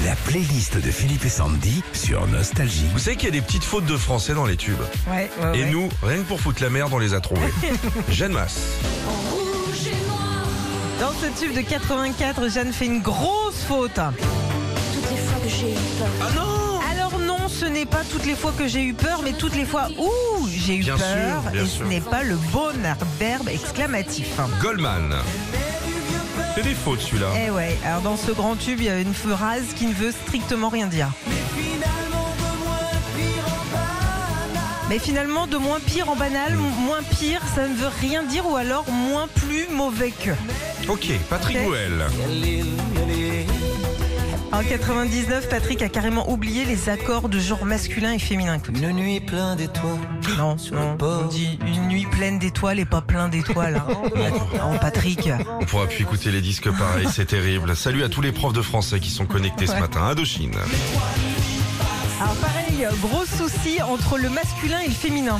La playlist de Philippe et Sandy sur Nostalgie. Vous savez qu'il y a des petites fautes de français dans les tubes. Ouais. Et nous, rien que pour foutre la merde, on les a trouvées. Jeanne Masse. Dans ce tube de 84, Jeanne fait une grosse faute. Toutes les fois que j'ai eu peur. Ah non! Alors non, ce n'est pas toutes les fois que j'ai eu peur, mais toutes les fois où j'ai eu Bien peur. sûr, bien et sûr. ce n'est pas le bon verbe exclamatif. Goldman. C'est des fautes celui-là. Eh ouais, alors dans ce grand tube, il y a une phrase qui ne veut strictement rien dire. Mais finalement, de moins pire en banal, moins pire, ça ne veut rien dire, ou alors moins plus mauvais que. Ok, Patrick Ok. Bruel. En 99, Patrick a carrément oublié les accords de genre masculin et féminin. Écoute. Une nuit pleine d'étoiles. Non, Sur non, le bord. on dit une nuit pleine d'étoiles et pas plein d'étoiles. Non, Patrick. On pourra plus écouter les disques pareils, c'est terrible. Salut à tous les profs de français qui sont connectés ce Ouais. matin. Indochine. Alors pareil, gros souci entre le masculin et le féminin.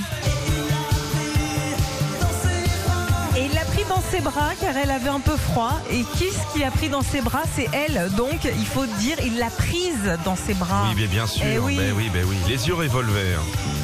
Et il l'a pris dans ses bras car elle avait un peu froid. Et qu'est-ce qu'il a pris dans ses bras? C'est elle. Donc il faut dire, il l'a prise dans ses bras. Oui, mais bien sûr. Eh oui. Ben oui. Les yeux revolver.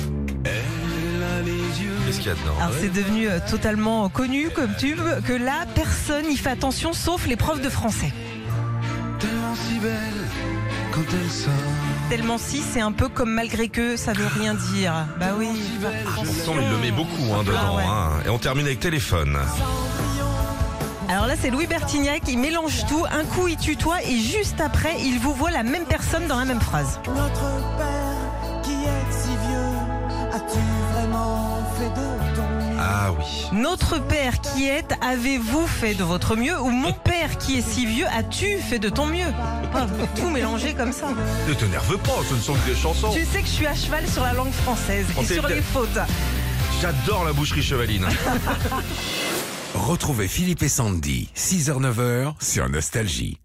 Qu'est-ce qu'il y a dedans? Alors c'est devenu totalement connu comme tube que là, personne n'y fait attention sauf les profs de français. Tellement si belle quand elle sort. Tellement si, c'est un peu comme malgré que, ça veut rien dire. Bah oui. Pourtant, il le met beaucoup dedans. Ah ouais. Hein. Et on termine avec téléphone. Alors là, c'est Louis Bertignac, il mélange tout. Un coup, il tutoie et juste après, il vous voit la même personne dans la même phrase. Notre père qui est si vieux, as-tu vraiment fait de ton mieux? Ah oui. Notre père qui est, avez-vous fait de votre mieux? Ou mon père qui est si vieux, as-tu fait de ton mieux? Oh, tout mélangé comme ça. Ne t'énerve pas, ce ne sont que des chansons. Tu sais que je suis à cheval sur la langue française Oh, et sur t'es- les fautes. J'adore la boucherie chevaline. Retrouvez Philippe et Sandy, 6h-9h sur Nostalgie.